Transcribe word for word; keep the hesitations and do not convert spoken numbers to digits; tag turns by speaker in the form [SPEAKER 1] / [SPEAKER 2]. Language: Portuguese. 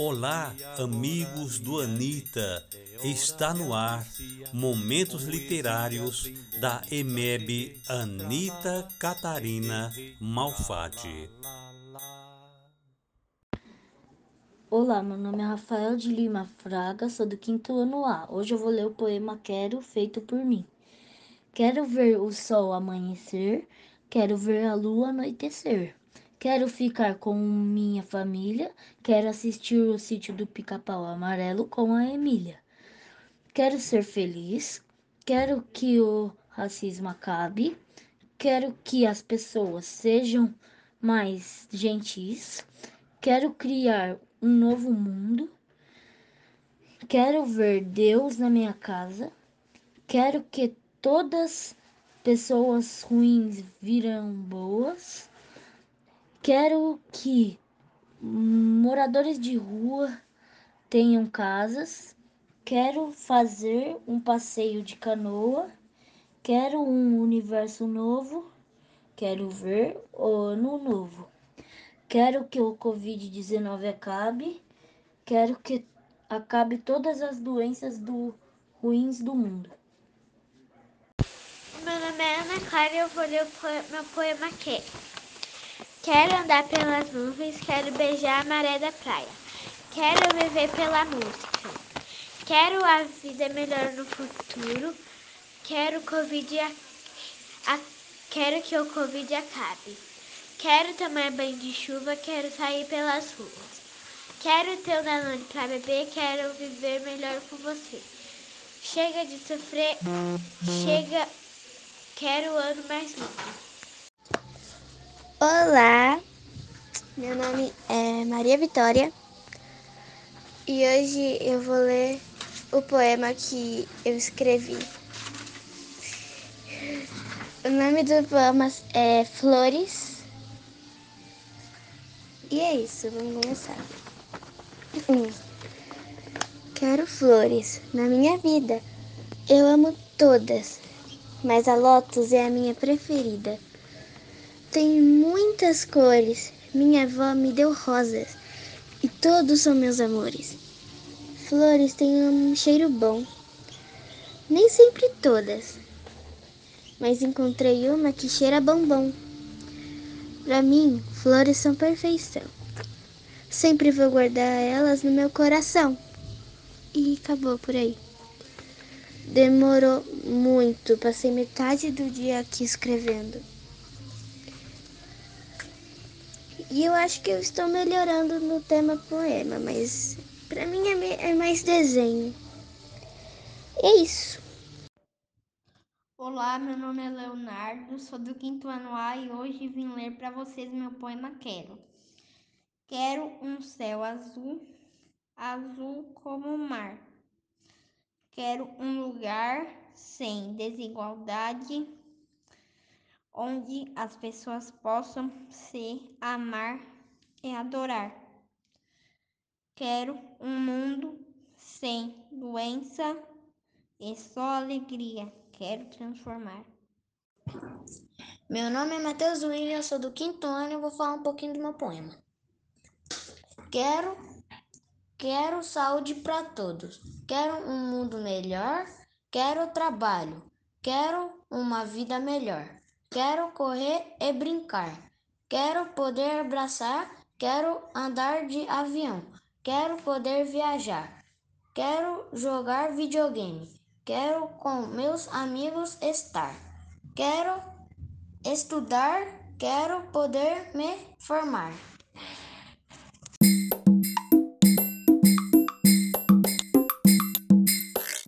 [SPEAKER 1] Olá, amigos do Anitta, está no ar Momentos Literários da E M E B Anitta Catarina Malfatti.
[SPEAKER 2] Olá, meu nome é Rafael de Lima Fraga, sou do quinto ano A. Hoje eu vou ler o poema Quero, feito por mim. Quero ver o sol amanhecer, quero ver a lua anoitecer. Quero ficar com minha família, quero assistir o sítio do Pica-Pau Amarelo com a Emília. Quero ser feliz, quero que o racismo acabe, quero que as pessoas sejam mais gentis, quero criar um novo mundo. Quero ver Deus na minha casa. Quero que todas pessoas ruins viram boas. Quero que moradores de rua tenham casas. Quero fazer um passeio de canoa. Quero um universo novo. Quero ver o ano novo. Quero que o covid dezenove acabe. Quero que acabe todas as doenças do, ruins do mundo.
[SPEAKER 3] Meu nome é Ana Clara e eu vou ler o poema, meu poema que Quero andar pelas nuvens, quero beijar a maré da praia. Quero viver pela música. Quero a vida melhor no futuro. Quero COVID a, a, quero que o Covid acabe. Quero tomar banho de chuva, quero sair pelas ruas. Quero ter um Danone pra beber, quero viver melhor com você. Chega de sofrer, chega, quero o ano mais longo.
[SPEAKER 4] Olá, meu nome é Maria Vitória e hoje eu vou ler o poema que eu escrevi. O nome do poema é Flores. E é isso, vamos começar. Um. Quero flores na minha vida. Eu amo todas, mas a Lotus é a minha preferida. Tem muitas cores. Minha avó me deu rosas e todos são meus amores. Flores têm um cheiro bom. Nem sempre todas, mas encontrei uma que cheira bombom. Pra mim, flores são perfeição. Sempre vou guardar elas no meu coração. E acabou por aí. Demorou muito, passei metade do dia aqui escrevendo. E eu acho que eu estou melhorando no tema poema, mas pra mim é, é mais desenho. É isso.
[SPEAKER 5] Olá, meu nome é Leonardo, sou do quinto ano A e hoje vim ler para vocês meu poema Quero. Quero um céu azul, azul como o mar. Quero um lugar sem desigualdade, onde as pessoas possam se amar e adorar. Quero um mundo sem doença e só alegria. Quero transformar.
[SPEAKER 6] Meu nome é Matheus William, eu sou do quinto ano e eu vou falar um pouquinho do meu poema. Quero, quero saúde para todos. Quero um mundo melhor. Quero trabalho. Quero uma vida melhor. Quero correr e brincar. Quero poder abraçar. Quero andar de avião. Quero poder viajar. Quero jogar videogame. Quero com meus amigos estar. Quero estudar, quero poder me formar.